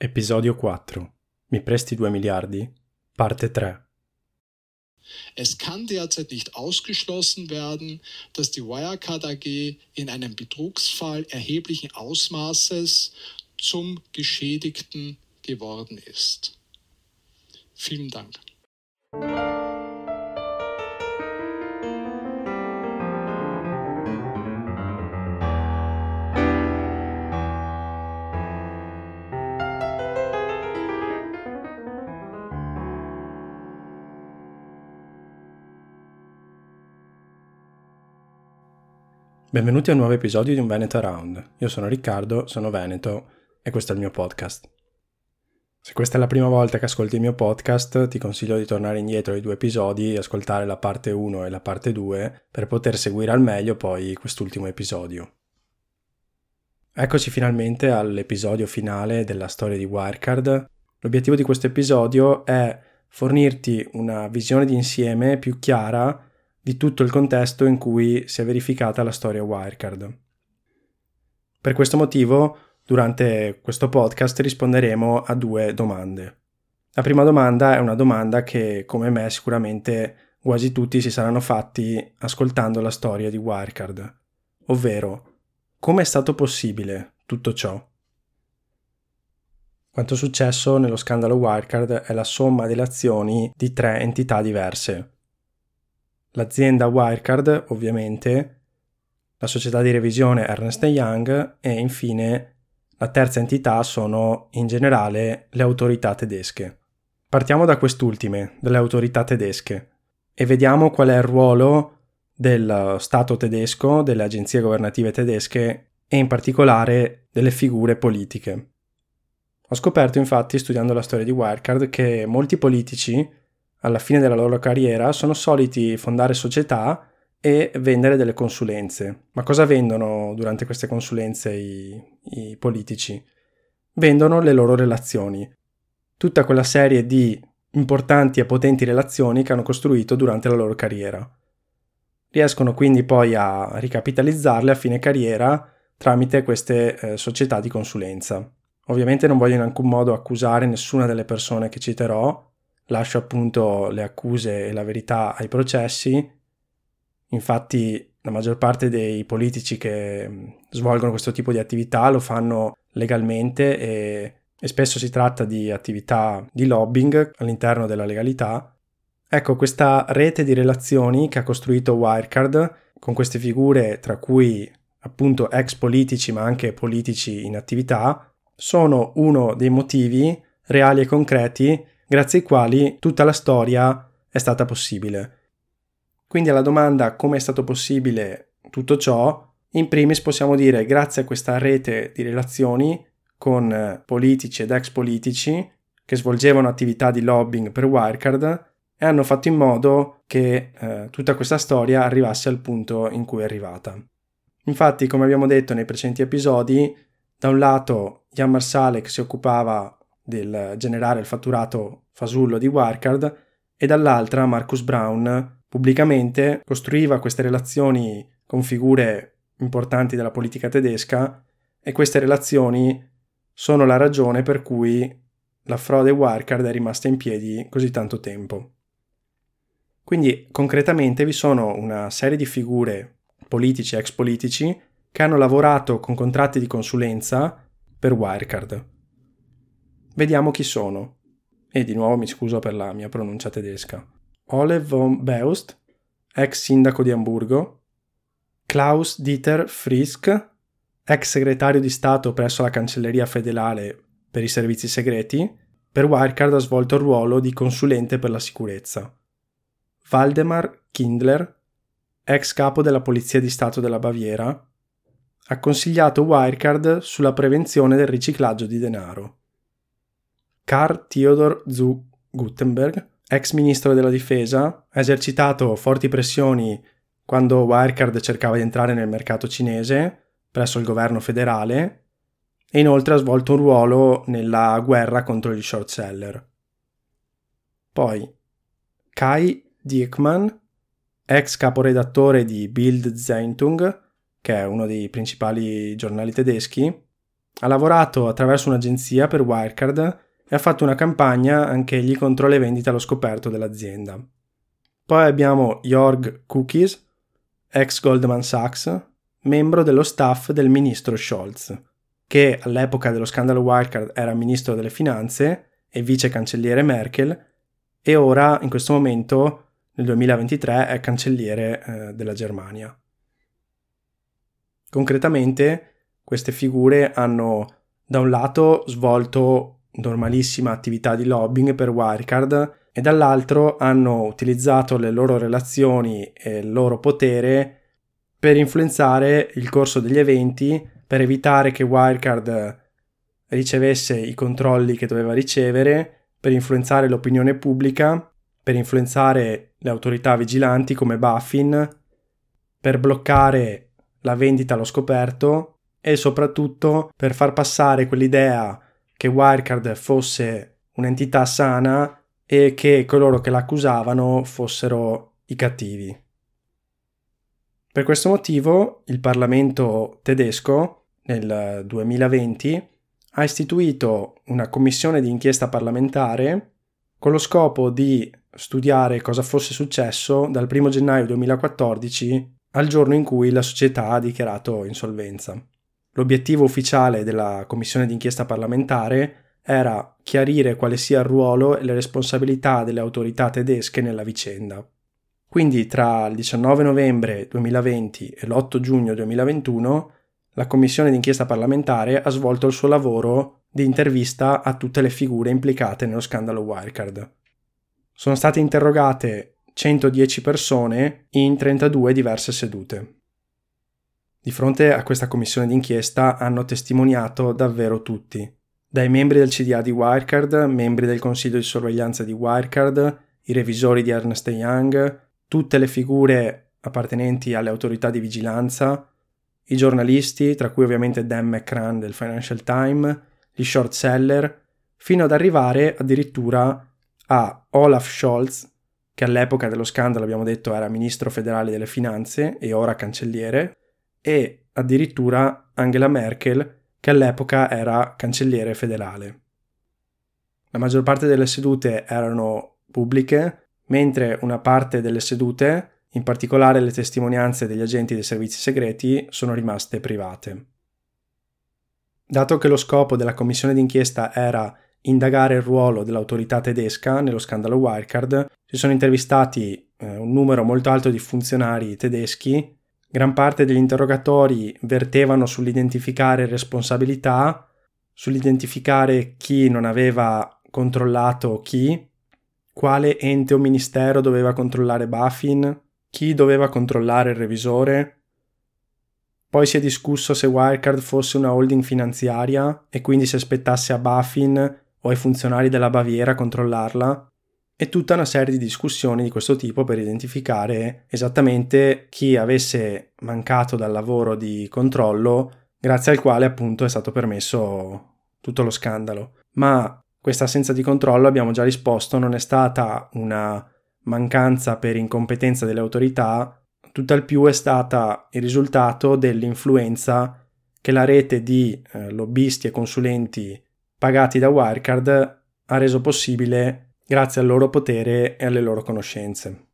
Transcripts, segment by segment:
Episodio 4. Mi presti 2 miliardi? Parte 3. Es kann derzeit nicht ausgeschlossen werden, dass die Wirecard AG in einem Betrugsfall erheblichen Ausmaßes zum Geschädigten geworden ist. Vielen Dank. Benvenuti a un nuovo episodio di Un Veneto Around. Io sono Riccardo, sono veneto e questo è il mio podcast. Se questa è la prima volta che ascolti il mio podcast, ti consiglio di tornare indietro ai 2 episodi e ascoltare la parte 1 e la parte 2 per poter seguire al meglio poi quest'ultimo episodio. Eccoci finalmente all'episodio finale della storia di Wirecard. L'obiettivo di questo episodio è fornirti una visione d'insieme più chiara di tutto il contesto in cui si è verificata la storia Wirecard. Per questo motivo, durante questo podcast risponderemo a 2 domande. La prima domanda è una domanda che, come me, sicuramente quasi tutti si saranno fatti ascoltando la storia di Wirecard, ovvero: come è stato possibile tutto ciò? Quanto successo nello scandalo Wirecard è la somma delle azioni di 3 entità diverse. L'azienda Wirecard, ovviamente, la società di revisione Ernst & Young e infine la terza entità sono in generale le autorità tedesche. Partiamo da quest'ultime, delle autorità tedesche, e vediamo qual è il ruolo del Stato tedesco, delle agenzie governative tedesche e in particolare delle figure politiche. Ho scoperto infatti, studiando la storia di Wirecard, che molti politici alla fine della loro carriera sono soliti fondare società e vendere delle consulenze. Ma cosa vendono durante queste consulenze i politici? Vendono le loro relazioni. Tutta quella serie di importanti e potenti relazioni che hanno costruito durante la loro carriera. Riescono quindi poi a ricapitalizzarle a fine carriera tramite queste società di consulenza. Ovviamente non voglio in alcun modo accusare nessuna delle persone che citerò, lascio appunto le accuse e la verità ai processi. Infatti la maggior parte dei politici che svolgono questo tipo di attività lo fanno legalmente e spesso si tratta di attività di lobbying all'interno della legalità. Ecco, questa rete di relazioni che ha costruito Wirecard con queste figure, tra cui appunto ex politici ma anche politici in attività, sono uno dei motivi reali e concreti grazie ai quali tutta la storia è stata possibile. Quindi alla domanda come è stato possibile tutto ciò, in primis possiamo dire grazie a questa rete di relazioni con politici ed ex politici che svolgevano attività di lobbying per Wirecard e hanno fatto in modo che tutta questa storia arrivasse al punto in cui è arrivata. Infatti, come abbiamo detto nei precedenti episodi, da un lato Jan Marsalek si occupava del generare il fatturato fasullo di Wirecard e dall'altra Markus Braun pubblicamente costruiva queste relazioni con figure importanti della politica tedesca e queste relazioni sono la ragione per cui la frode Wirecard è rimasta in piedi così tanto tempo. Quindi concretamente vi sono una serie di figure politici e ex politici che hanno lavorato con contratti di consulenza per Wirecard. Vediamo chi sono. E di nuovo mi scuso per la mia pronuncia tedesca. Ole von Beust, ex sindaco di Amburgo, Klaus-Dieter Frisk, ex segretario di Stato presso la Cancelleria Federale per i servizi segreti, per Wirecard ha svolto il ruolo di consulente per la sicurezza. Waldemar Kindler, ex capo della Polizia di Stato della Baviera, ha consigliato Wirecard sulla prevenzione del riciclaggio di denaro. Karl Theodor zu Guttenberg, ex ministro della difesa, ha esercitato forti pressioni quando Wirecard cercava di entrare nel mercato cinese presso il governo federale e inoltre ha svolto un ruolo nella guerra contro gli short seller. Poi Kai Diekmann, ex caporedattore di Bild Zeitung, che è uno dei principali giornali tedeschi, Ha lavorato attraverso un'agenzia per Wirecard e ha fatto una campagna anche egli contro le vendite allo scoperto dell'azienda. Poi abbiamo Jörg Kukis, ex Goldman Sachs, membro dello staff del ministro Scholz, che all'epoca dello scandalo Wirecard era ministro delle finanze e vice cancelliere Merkel, e ora, in questo momento, nel 2023, è cancelliere della Germania. Concretamente, queste figure hanno, da un lato, svolto normalissima attività di lobbying per Wirecard e dall'altro hanno utilizzato le loro relazioni e il loro potere per influenzare il corso degli eventi, per evitare che Wirecard ricevesse i controlli che doveva ricevere, per influenzare l'opinione pubblica, per influenzare le autorità vigilanti come BaFin, per bloccare la vendita allo scoperto e soprattutto per far passare quell'idea che Wirecard fosse un'entità sana e che coloro che l'accusavano fossero i cattivi. Per questo motivo il Parlamento tedesco nel 2020 ha istituito una commissione di inchiesta parlamentare con lo scopo di studiare cosa fosse successo dal 1 gennaio 2014 al giorno in cui la società ha dichiarato insolvenza. L'obiettivo ufficiale della commissione d'inchiesta parlamentare era chiarire quale sia il ruolo e le responsabilità delle autorità tedesche nella vicenda. Quindi tra il 19 novembre 2020 e l'8 giugno 2021 la commissione d'inchiesta parlamentare ha svolto il suo lavoro di intervista a tutte le figure implicate nello scandalo Wirecard. Sono state interrogate 110 persone in 32 diverse sedute. Di fronte a questa commissione d'inchiesta hanno testimoniato davvero tutti, dai membri del CDA di Wirecard, membri del consiglio di sorveglianza di Wirecard, i revisori di Ernst & Young, tutte le figure appartenenti alle autorità di vigilanza, i giornalisti, tra cui ovviamente Dan McCran del Financial Times, gli short seller, fino ad arrivare addirittura a Olaf Scholz, che all'epoca dello scandalo abbiamo detto era ministro federale delle finanze e ora cancelliere, e addirittura Angela Merkel, che all'epoca era cancelliere federale. La maggior parte delle sedute erano pubbliche, mentre una parte delle sedute, in particolare le testimonianze degli agenti dei servizi segreti, sono rimaste private. Dato che lo scopo della commissione d'inchiesta era indagare il ruolo dell'autorità tedesca nello scandalo Wirecard, si sono intervistati un numero molto alto di funzionari tedeschi. Gran parte degli interrogatori vertevano sull'identificare responsabilità, sull'identificare chi non aveva controllato chi, quale ente o ministero doveva controllare BaFin, chi doveva controllare il revisore. Poi si è discusso se Wirecard fosse una holding finanziaria e quindi se spettasse a BaFin o ai funzionari della Baviera controllarla, e tutta una serie di discussioni di questo tipo per identificare esattamente chi avesse mancato dal lavoro di controllo grazie al quale appunto è stato permesso tutto lo scandalo. Ma questa assenza di controllo, abbiamo già risposto, non è stata una mancanza per incompetenza delle autorità, tutt'al più è stata il risultato dell'influenza che la rete di lobbisti e consulenti pagati da Wirecard ha reso possibile grazie al loro potere e alle loro conoscenze.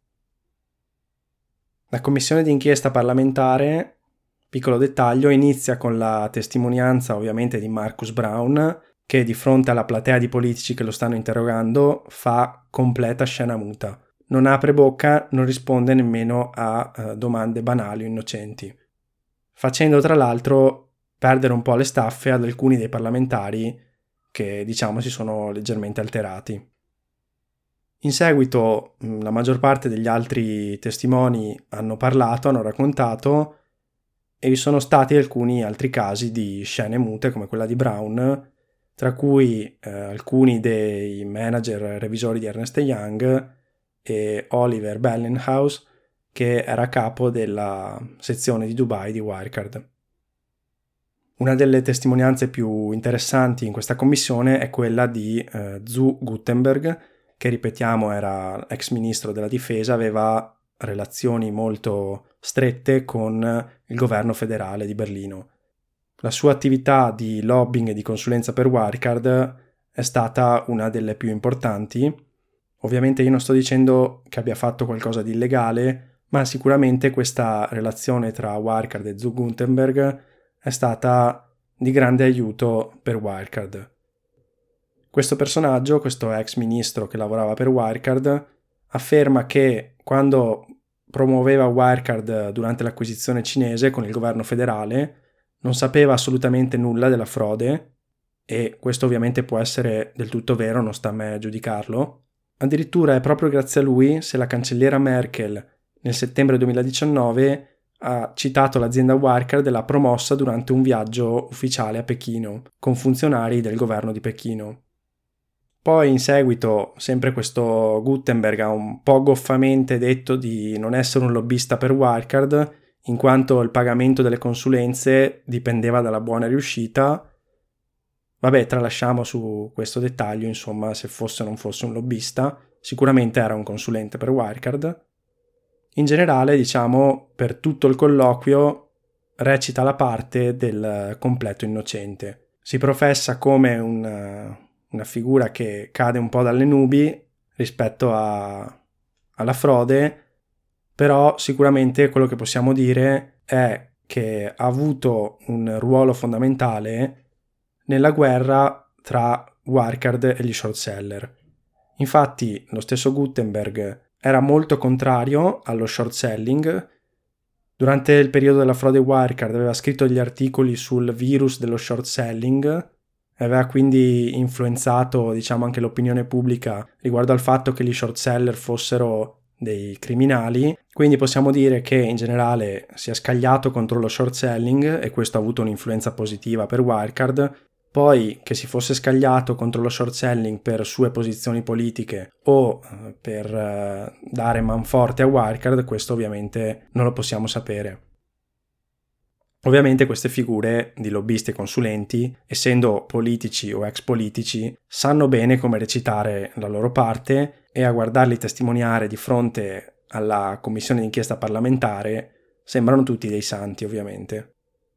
La commissione d'inchiesta parlamentare, piccolo dettaglio, inizia con la testimonianza ovviamente di Markus Braun, che di fronte alla platea di politici che lo stanno interrogando fa completa scena muta. Non apre bocca, non risponde nemmeno a domande banali o innocenti, facendo tra l'altro perdere un po' le staffe ad alcuni dei parlamentari che diciamo si sono leggermente alterati. In seguito la maggior parte degli altri testimoni hanno parlato, hanno raccontato, e vi sono stati alcuni altri casi di scene mute come quella di Braun, tra cui alcuni dei manager revisori di Ernst & Young e Oliver Bellenhaus, che era capo della sezione di Dubai di Wirecard. Una delle testimonianze più interessanti in questa commissione è quella di Zu Guttenberg, che ripetiamo era ex ministro della difesa, aveva relazioni molto strette con il governo federale di Berlino. La sua attività di lobbying e di consulenza per Wirecard è stata una delle più importanti. Ovviamente io non sto dicendo che abbia fatto qualcosa di illegale, ma sicuramente questa relazione tra Wirecard e Zug Gutenberg è stata di grande aiuto per Wirecard. Questo personaggio, questo ex ministro che lavorava per Wirecard, afferma che quando promuoveva Wirecard durante l'acquisizione cinese con il governo federale non sapeva assolutamente nulla della frode, e questo ovviamente può essere del tutto vero, non sta a me giudicarlo. Addirittura è proprio grazie a lui se la cancelliera Merkel nel settembre 2019 ha citato l'azienda Wirecard e l'ha promossa durante un viaggio ufficiale a Pechino con funzionari del governo di Pechino. Poi in seguito sempre questo Gutenberg ha un po' goffamente detto di non essere un lobbista per Wirecard, in quanto il pagamento delle consulenze dipendeva dalla buona riuscita. Vabbè, tralasciamo su questo dettaglio, insomma, se fosse o non fosse un lobbista, sicuramente era un consulente per Wirecard. In generale, diciamo, per tutto il colloquio recita la parte del completo innocente. Si professa come una figura che cade un po' dalle nubi rispetto alla frode, però sicuramente quello che possiamo dire è che ha avuto un ruolo fondamentale nella guerra tra Wirecard e gli short seller. Infatti lo stesso Gutenberg era molto contrario allo short selling. Durante il periodo della frode Wirecard aveva scritto degli articoli sul virus dello short selling e aveva quindi influenzato, diciamo, anche l'opinione pubblica riguardo al fatto che gli short seller fossero dei criminali. Quindi possiamo dire che in generale si è scagliato contro lo short selling e questo ha avuto un'influenza positiva per Wirecard. Poi che si fosse scagliato contro lo short selling per sue posizioni politiche o per dare manforte a Wirecard, questo ovviamente non lo possiamo sapere. Ovviamente queste figure di lobbisti e consulenti, essendo politici o ex politici, sanno bene come recitare la loro parte e a guardarli testimoniare di fronte alla commissione d'inchiesta parlamentare sembrano tutti dei santi, ovviamente.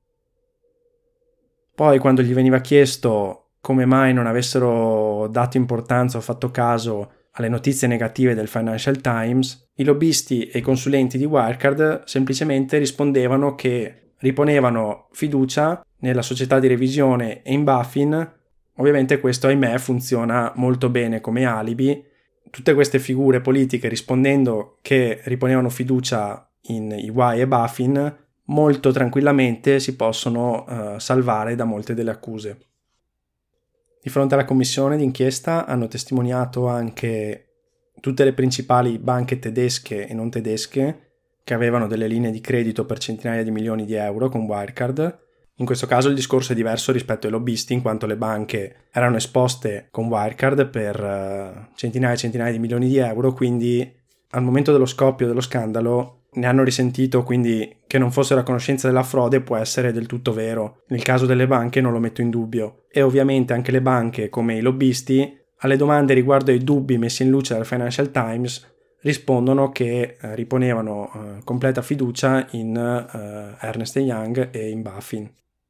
Poi quando gli veniva chiesto come mai non avessero dato importanza o fatto caso alle notizie negative del Financial Times, i lobbisti e i consulenti di Wirecard semplicemente rispondevano che riponevano fiducia nella società di revisione e in Baffin. Ovviamente questo, ahimè, funziona molto bene come alibi. Tutte queste figure politiche rispondendo che riponevano fiducia in EY e Baffin molto tranquillamente si possono salvare da molte delle accuse. Di fronte alla commissione d'inchiesta hanno testimoniato anche tutte le principali banche tedesche e non tedesche che avevano delle linee di credito per centinaia di milioni di euro con Wirecard. In questo caso il discorso è diverso rispetto ai lobbisti, in quanto le banche erano esposte con Wirecard per centinaia e centinaia di milioni di euro, quindi al momento dello scoppio dello scandalo ne hanno risentito, quindi che non fossero a conoscenza della frode può essere del tutto vero. Nel caso delle banche non lo metto in dubbio. E ovviamente anche le banche, come i lobbisti, alle domande riguardo ai dubbi messi in luce dal Financial Times rispondono che riponevano completa fiducia in Ernst & Young e in Baffin.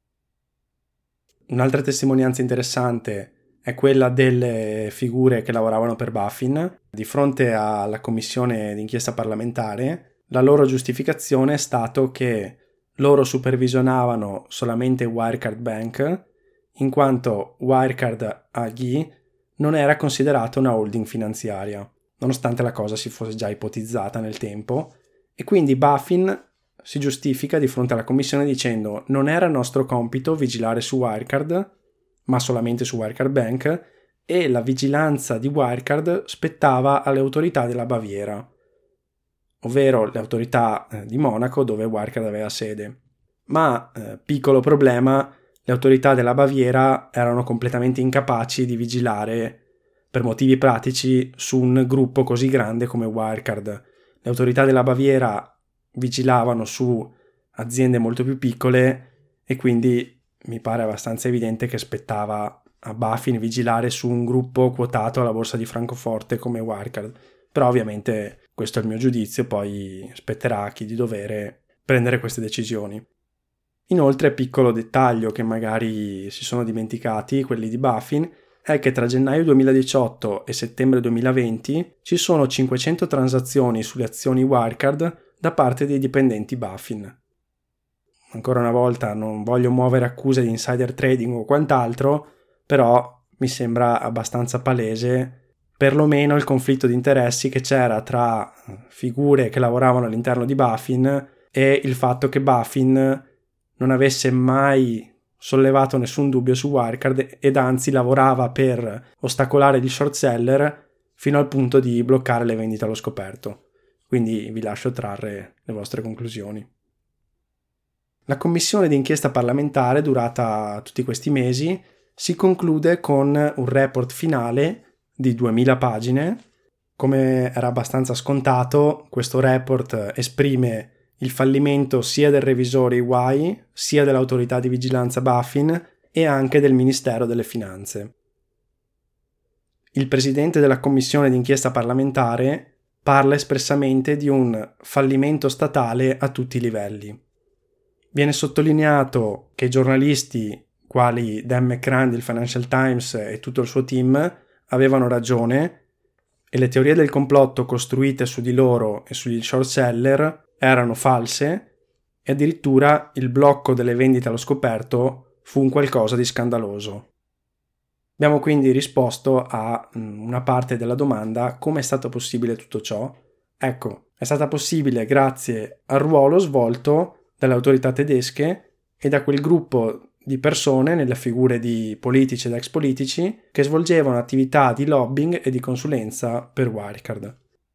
Un'altra testimonianza interessante è quella delle figure che lavoravano per Baffin. Di fronte alla commissione d'inchiesta parlamentare, la loro giustificazione è stato che loro supervisionavano solamente Wirecard Bank, in quanto Wirecard AG non era considerata una holding finanziaria, nonostante la cosa si fosse già ipotizzata nel tempo, e quindi Baffin si giustifica di fronte alla commissione dicendo: non era nostro compito vigilare su Wirecard, ma solamente su Wirecard Bank, e la vigilanza di Wirecard spettava alle autorità della Baviera, ovvero le autorità di Monaco dove Wirecard aveva sede. Ma, piccolo problema, le autorità della Baviera erano completamente incapaci di vigilare per motivi pratici su un gruppo così grande come Wirecard. Le autorità della Baviera vigilavano su aziende molto più piccole e quindi mi pare abbastanza evidente che spettava a Baffin vigilare su un gruppo quotato alla borsa di Francoforte come Wirecard. Però ovviamente questo è il mio giudizio, poi spetterà a chi di dovere prendere queste decisioni. Inoltre, piccolo dettaglio che magari si sono dimenticati quelli di Buffin, è che tra gennaio 2018 e settembre 2020 ci sono 500 transazioni sulle azioni Wirecard da parte dei dipendenti Buffin. Ancora una volta non voglio muovere accuse di insider trading o quant'altro, però mi sembra abbastanza palese perlomeno il conflitto di interessi che c'era tra figure che lavoravano all'interno di Buffin e il fatto che Buffin non avesse mai sollevato nessun dubbio su Wirecard ed anzi lavorava per ostacolare gli short seller fino al punto di bloccare le vendite allo scoperto. Quindi vi lascio trarre le vostre conclusioni. La commissione d'inchiesta parlamentare, durata tutti questi mesi, si conclude con un report finale di 2000 pagine. Come era abbastanza scontato, questo report esprime il fallimento sia del revisore EY, sia dell'autorità di vigilanza Buffin e anche del Ministero delle Finanze. Il presidente della commissione d'inchiesta parlamentare parla espressamente di un fallimento statale a tutti i livelli. Viene sottolineato che i giornalisti, quali Dan McCrane del Financial Times e tutto il suo team, avevano ragione e le teorie del complotto costruite su di loro e sugli short seller erano false e addirittura il blocco delle vendite allo scoperto fu un qualcosa di scandaloso. Abbiamo quindi risposto a una parte della domanda: come è stato possibile tutto ciò? Ecco, è stata possibile grazie al ruolo svolto dalle autorità tedesche e da quel gruppo di persone, nelle figure di politici ed ex politici, che svolgevano attività di lobbying e di consulenza per Wirecard.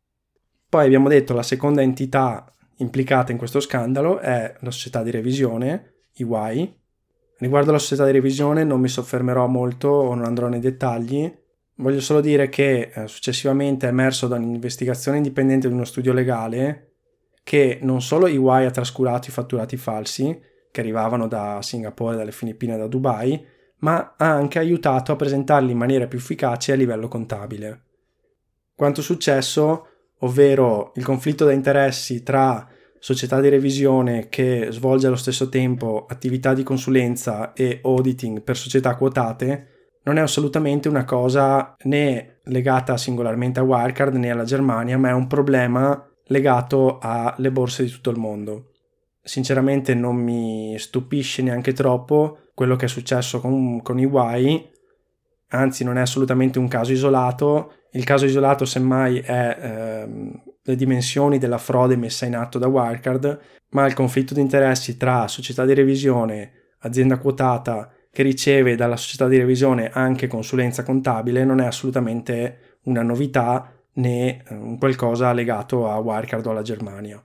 Poi abbiamo detto la seconda entità implicata in questo scandalo è la società di revisione, EY. Riguardo alla società di revisione non mi soffermerò molto o non andrò nei dettagli. Voglio solo dire che successivamente è emerso da un'investigazione indipendente di uno studio legale che non solo EY ha trascurato i fatturati falsi che arrivavano da Singapore, dalle Filippine e da Dubai, ma ha anche aiutato a presentarli in maniera più efficace a livello contabile. Quanto successo, ovvero il conflitto da interessi tra società di revisione che svolge allo stesso tempo attività di consulenza e auditing per società quotate, non è assolutamente una cosa né legata singolarmente a Wirecard né alla Germania, ma è un problema legato alle borse di tutto il mondo. Sinceramente non mi stupisce neanche troppo quello che è successo con EY, anzi non è assolutamente un caso isolato. Il caso isolato semmai è le dimensioni della frode messa in atto da Wirecard, ma il conflitto di interessi tra società di revisione, azienda quotata che riceve dalla società di revisione anche consulenza contabile non è assolutamente una novità né un qualcosa legato a Wirecard o alla Germania.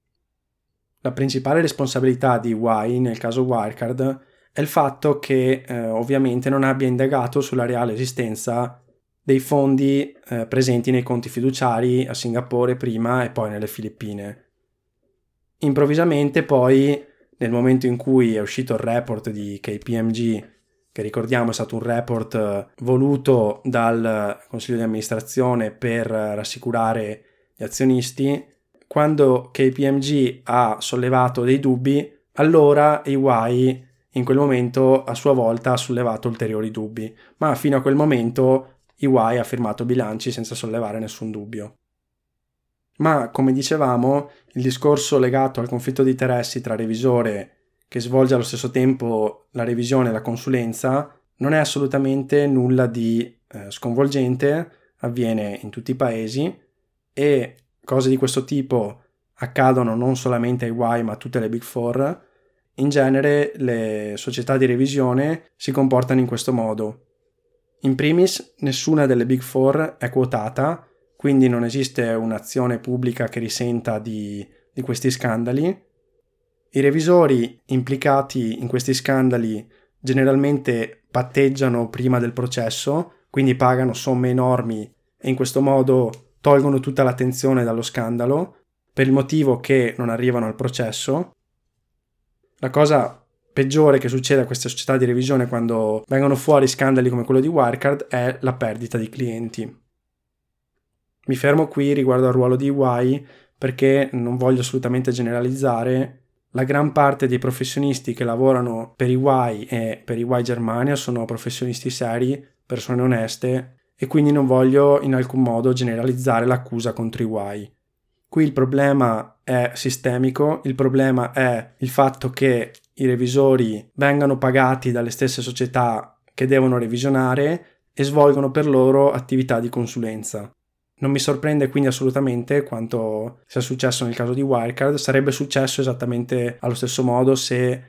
La principale responsabilità di EY nel caso Wirecard è il fatto che ovviamente non abbia indagato sulla reale esistenza dei fondi presenti nei conti fiduciari a Singapore prima e poi nelle Filippine. Improvvisamente poi, nel momento in cui è uscito il report di KPMG, che ricordiamo è stato un report voluto dal Consiglio di amministrazione per rassicurare gli azionisti, quando KPMG ha sollevato dei dubbi, allora EY in quel momento a sua volta ha sollevato ulteriori dubbi, ma fino a quel momento EY ha firmato bilanci senza sollevare nessun dubbio. Ma, come dicevamo, il discorso legato al conflitto di interessi tra revisore che svolge allo stesso tempo la revisione e la consulenza non è assolutamente nulla di sconvolgente, avviene in tutti i paesi e cose di questo tipo accadono non solamente a EY ma a tutte le Big Four. In genere le società di revisione si comportano in questo modo. In primis, nessuna delle Big Four è quotata, quindi non esiste un'azione pubblica che risenta di questi scandali. I revisori implicati in questi scandali generalmente patteggiano prima del processo, quindi pagano somme enormi e in questo modo tolgono tutta l'attenzione dallo scandalo, per il motivo che non arrivano al processo. La cosa peggiore che succede a queste società di revisione quando vengono fuori scandali come quello di Wirecard è la perdita di clienti. Mi fermo qui riguardo al ruolo di EY perché non voglio assolutamente generalizzare, La gran parte dei professionisti che lavorano per EY e per EY Germania sono professionisti seri, persone oneste, e quindi non voglio in alcun modo generalizzare l'accusa contro EY. Qui il problema è sistemico, il problema è il fatto che i revisori vengano pagati dalle stesse società che devono revisionare e svolgono per loro attività di consulenza. Non mi sorprende quindi assolutamente quanto sia successo nel caso di Wirecard. Sarebbe successo esattamente allo stesso modo se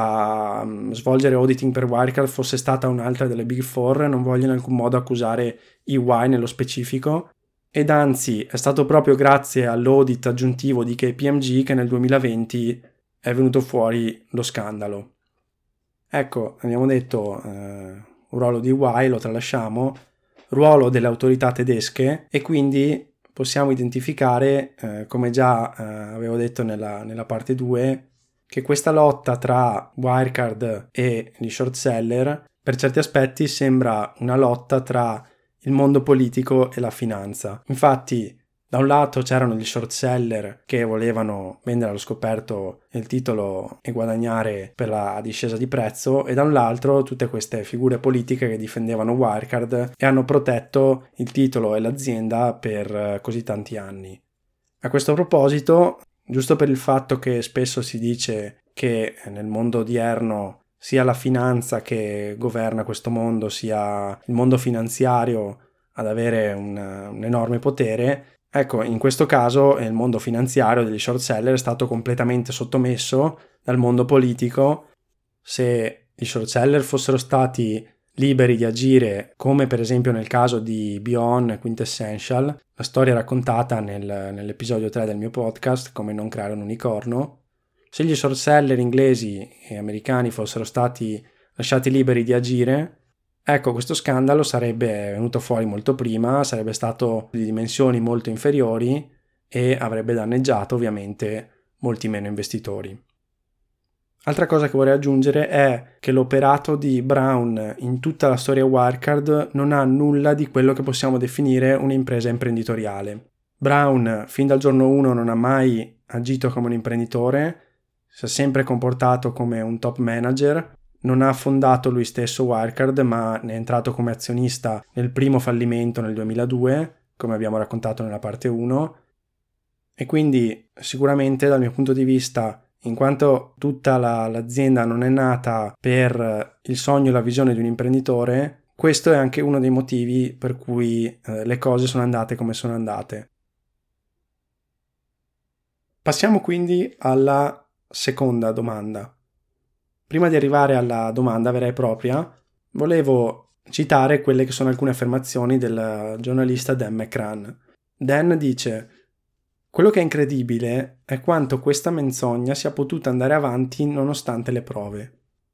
a svolgere auditing per Wirecard fosse stata un'altra delle Big Four. Non voglio in alcun modo accusare EY nello specifico, ed anzi è stato proprio grazie all'audit aggiuntivo di KPMG che nel 2020 è venuto fuori lo scandalo. Ecco, abbiamo detto un ruolo di EY, lo tralasciamo, ruolo delle autorità tedesche, e quindi possiamo identificare, come già avevo detto nella parte 2, che questa lotta tra Wirecard e gli short seller per certi aspetti sembra una lotta tra il mondo politico e la finanza. Infatti, da un lato c'erano gli short seller che volevano vendere allo scoperto il titolo e guadagnare per la discesa di prezzo, e da un altro tutte queste figure politiche che difendevano Wirecard e hanno protetto il titolo e l'azienda per così tanti anni. A questo proposito, giusto per il fatto che spesso si dice che nel mondo odierno sia la finanza che governa questo mondo, sia il mondo finanziario ad avere un enorme potere, ecco, in questo caso il mondo finanziario degli short seller è stato completamente sottomesso dal mondo politico. Se i short seller fossero stati liberi di agire, come per esempio nel caso di Bion e Quintessential, la storia raccontata nell'episodio 3 del mio podcast, Come non creare un unicorno, se gli short seller inglesi e americani fossero stati lasciati liberi di agire, ecco, questo scandalo sarebbe venuto fuori molto prima, sarebbe stato di dimensioni molto inferiori e avrebbe danneggiato ovviamente molti meno investitori. Altra cosa che vorrei aggiungere è che l'operato di Brown in tutta la storia Wirecard non ha nulla di quello che possiamo definire un'impresa imprenditoriale. Brown fin dal giorno 1 non ha mai agito come un imprenditore, si è sempre comportato come un top manager, non ha fondato lui stesso Wirecard, ma ne è entrato come azionista nel primo fallimento nel 2002, come abbiamo raccontato nella parte 1, e quindi sicuramente dal mio punto di vista, in quanto tutta l'azienda non è nata per il sogno e la visione di un imprenditore, questo è anche uno dei motivi per cui le cose sono andate come sono andate. Passiamo quindi alla seconda domanda. Prima di arrivare alla domanda vera e propria, volevo citare quelle che sono alcune affermazioni del giornalista Dan McCran. Dan dice: quello che è incredibile è quanto questa menzogna sia potuta andare avanti nonostante le prove.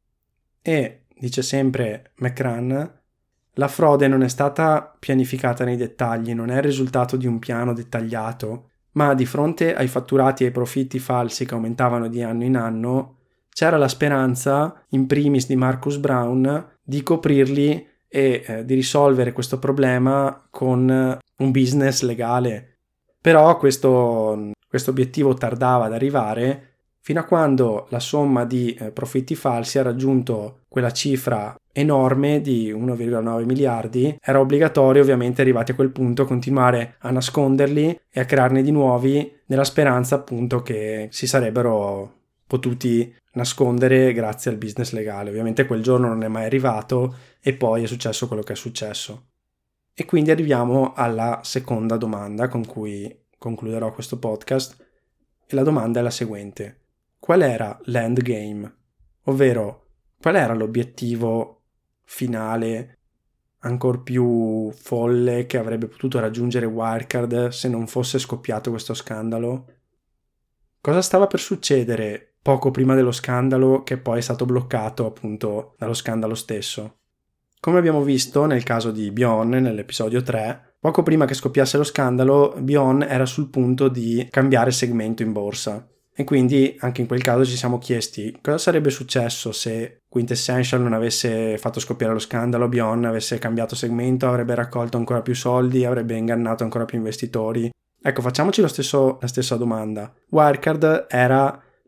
E, dice sempre McCran, la frode non è stata pianificata nei dettagli, non è il risultato di un piano dettagliato, ma di fronte ai fatturati e ai profitti falsi che aumentavano di anno in anno, c'era la speranza, in primis di Marcus Brown, di coprirli e di risolvere questo problema con un business legale. Però questo obiettivo tardava ad arrivare fino a quando la somma di profitti falsi ha raggiunto quella cifra enorme di 1,9 miliardi. Era obbligatorio, ovviamente, arrivati a quel punto, continuare a nasconderli e a crearne di nuovi nella speranza appunto che si sarebbero potuti nascondere grazie al business legale. Ovviamente quel giorno non è mai arrivato e poi è successo quello che è successo. E quindi arriviamo alla seconda domanda con cui concluderò questo podcast, e la domanda è la seguente: qual era l'endgame? Ovvero, qual era l'obiettivo finale ancor più folle che avrebbe potuto raggiungere Wirecard se non fosse scoppiato questo scandalo? Cosa stava per succedere poco prima dello scandalo, che poi è stato bloccato appunto dallo scandalo stesso? Come abbiamo visto nel caso di Bion nell'episodio 3, poco prima che scoppiasse lo scandalo, Bion era sul punto di cambiare segmento in borsa. E quindi anche in quel caso ci siamo chiesti cosa sarebbe successo se Quintessential non avesse fatto scoppiare lo scandalo, Bion avesse cambiato segmento, avrebbe raccolto ancora più soldi, avrebbe ingannato ancora più investitori. Ecco, facciamoci la stessa domanda. Wirecard era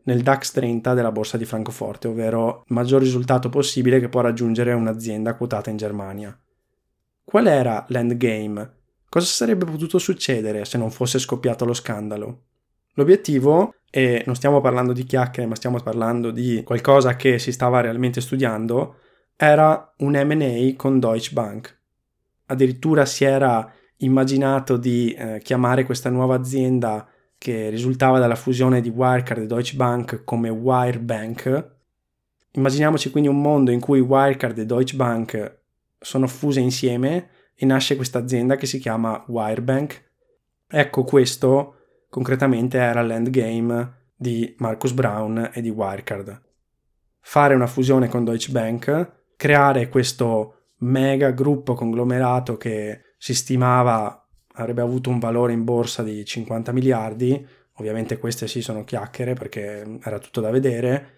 nel DAX 30 della borsa di Francoforte, ovvero il maggior risultato possibile che può raggiungere un'azienda quotata in Germania. Qual era l'endgame? Cosa sarebbe potuto succedere se non fosse scoppiato lo scandalo? L'obiettivo, e non stiamo parlando di chiacchiere, ma stiamo parlando di qualcosa che si stava realmente studiando, era un M&A con Deutsche Bank. Addirittura si era immaginato di chiamare questa nuova azienda che risultava dalla fusione di Wirecard e Deutsche Bank come Wirebank. Immaginiamoci quindi un mondo in cui Wirecard e Deutsche Bank sono fuse insieme e nasce questa azienda che si chiama Wirebank. Ecco, questo concretamente era l'endgame di Marcus Braun e di Wirecard. Fare una fusione con Deutsche Bank, creare questo mega gruppo conglomerato che si stimava avrebbe avuto un valore in borsa di 50 miliardi, ovviamente queste sì sono chiacchiere perché era tutto da vedere,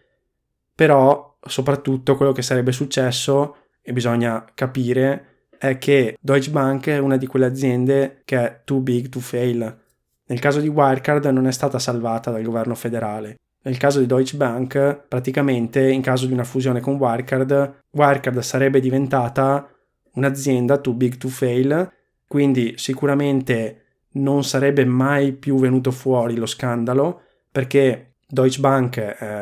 però soprattutto quello che sarebbe successo, e bisogna capire, è che Deutsche Bank è una di quelle aziende che è too big to fail. Nel caso di Wirecard non è stata salvata dal governo federale. Nel caso di Deutsche Bank, praticamente in caso di una fusione con Wirecard sarebbe diventata un'azienda too big to fail, quindi sicuramente non sarebbe mai più venuto fuori lo scandalo, perché Deutsche Bank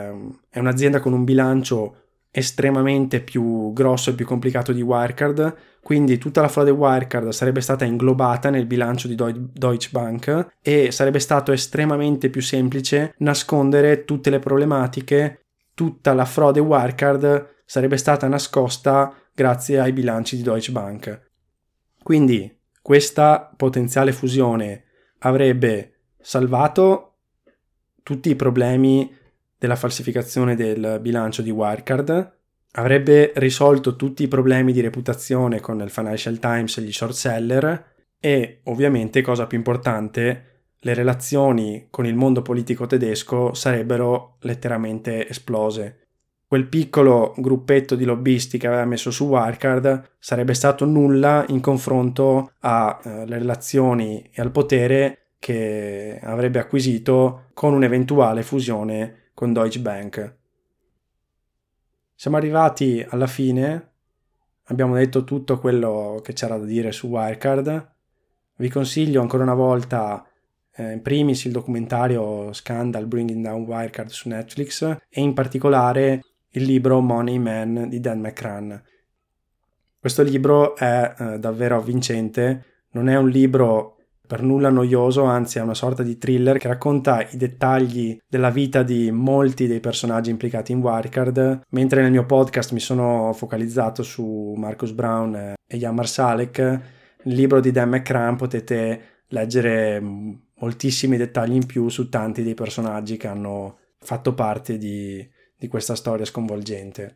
è un'azienda con un bilancio estremamente più grosso e più complicato di Wirecard, quindi tutta la frode Wirecard sarebbe stata inglobata nel bilancio di Deutsche Bank e sarebbe stato estremamente più semplice nascondere tutte le problematiche. Tutta la frode Wirecard sarebbe stata nascosta grazie ai bilanci di Deutsche Bank. Quindi questa potenziale fusione avrebbe salvato tutti i problemi della falsificazione del bilancio di Wirecard, avrebbe risolto tutti i problemi di reputazione con il Financial Times e gli short seller e ovviamente, cosa più importante, le relazioni con il mondo politico tedesco sarebbero letteralmente esplose. Quel piccolo gruppetto di lobbisti che aveva messo su Wirecard sarebbe stato nulla in confronto alle relazioni e al potere che avrebbe acquisito con un'eventuale fusione con Deutsche Bank. Siamo arrivati alla fine, abbiamo detto tutto quello che c'era da dire su Wirecard. Vi consiglio ancora una volta in primis il documentario Scandal Bringing Down Wirecard su Netflix e in particolare il libro Money Man di Dan McCrann. Questo libro è davvero avvincente, non è un libro per nulla noioso, anzi è una sorta di thriller che racconta i dettagli della vita di molti dei personaggi implicati in Wirecard, mentre nel mio podcast mi sono focalizzato su Marcus Braun e Jan Marsalek. Nel libro di Dan McCrann potete leggere moltissimi dettagli in più su tanti dei personaggi che hanno fatto parte di questa storia sconvolgente.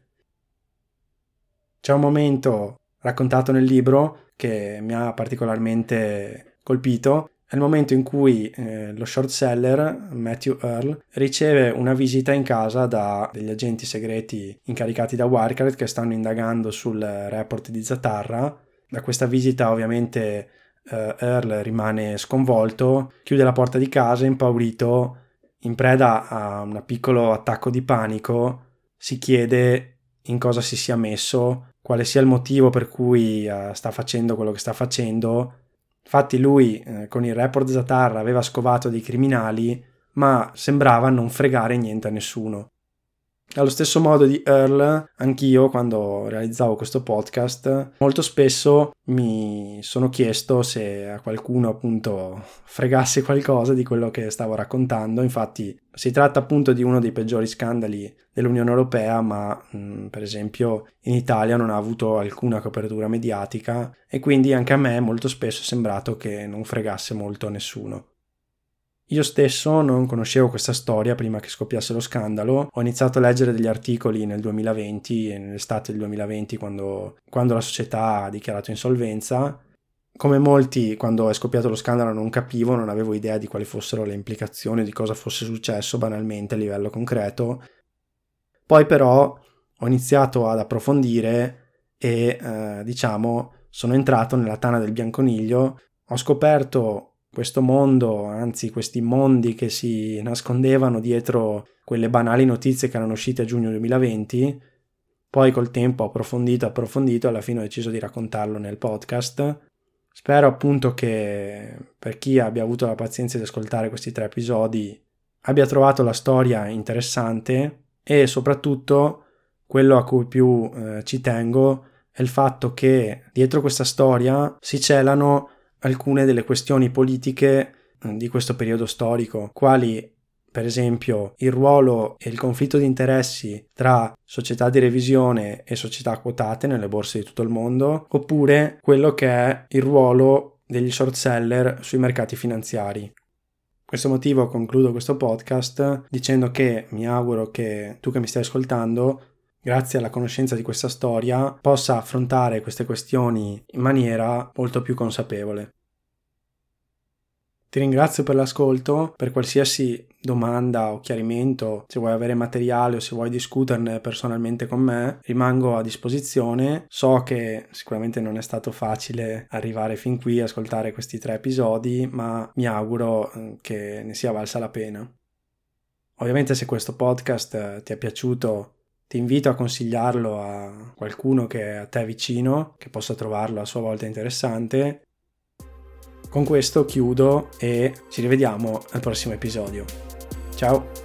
C'è un momento raccontato nel libro che mi ha particolarmente colpito, è il momento in cui lo short seller Matthew Earl riceve una visita in casa da degli agenti segreti incaricati da Wirecard che stanno indagando sul report di Zatarra. Da questa visita ovviamente Earl rimane sconvolto, chiude la porta di casa impaurito, in preda a un piccolo attacco di panico, si chiede in cosa si sia messo, quale sia il motivo per cui sta facendo quello che sta facendo. Infatti lui con il report Zatarra aveva scovato dei criminali, ma sembrava non fregare niente a nessuno. Allo stesso modo di Earl, anch'io quando realizzavo questo podcast molto spesso mi sono chiesto se a qualcuno appunto fregasse qualcosa di quello che stavo raccontando. Infatti si tratta appunto di uno dei peggiori scandali dell'Unione Europea, ma per esempio in Italia non ha avuto alcuna copertura mediatica e quindi anche a me molto spesso è sembrato che non fregasse molto a nessuno. Io stesso non conoscevo questa storia prima che scoppiasse lo scandalo, ho iniziato a leggere degli articoli nel 2020 e nell'estate del 2020 quando la società ha dichiarato insolvenza. Come molti, quando è scoppiato lo scandalo non capivo, non avevo idea di quali fossero le implicazioni, di cosa fosse successo banalmente a livello concreto. Poi però ho iniziato ad approfondire e sono entrato nella tana del bianconiglio, ho scoperto questo mondo, anzi questi mondi che si nascondevano dietro quelle banali notizie che erano uscite a giugno 2020. Poi col tempo ho approfondito e alla fine ho deciso di raccontarlo nel podcast. Spero appunto che per chi abbia avuto la pazienza di ascoltare questi 3 episodi abbia trovato la storia interessante, e soprattutto quello a cui più ci tengo è il fatto che dietro questa storia si celano alcune delle questioni politiche di questo periodo storico, quali per esempio il ruolo e il conflitto di interessi tra società di revisione e società quotate nelle borse di tutto il mondo, oppure quello che è il ruolo degli short seller sui mercati finanziari. Per questo motivo concludo questo podcast dicendo che mi auguro che tu che mi stai ascoltando, grazie alla conoscenza di questa storia, possa affrontare queste questioni in maniera molto più consapevole. Ti ringrazio per l'ascolto. Per qualsiasi domanda o chiarimento, se vuoi avere materiale o se vuoi discuterne personalmente con me, rimango a disposizione. So che sicuramente non è stato facile arrivare fin qui e ascoltare questi 3 episodi, ma mi auguro che ne sia valsa la pena. Ovviamente se questo podcast ti è piaciuto, ti invito a consigliarlo a qualcuno che è a te vicino, che possa trovarlo a sua volta interessante. Con questo chiudo e ci rivediamo al prossimo episodio. Ciao!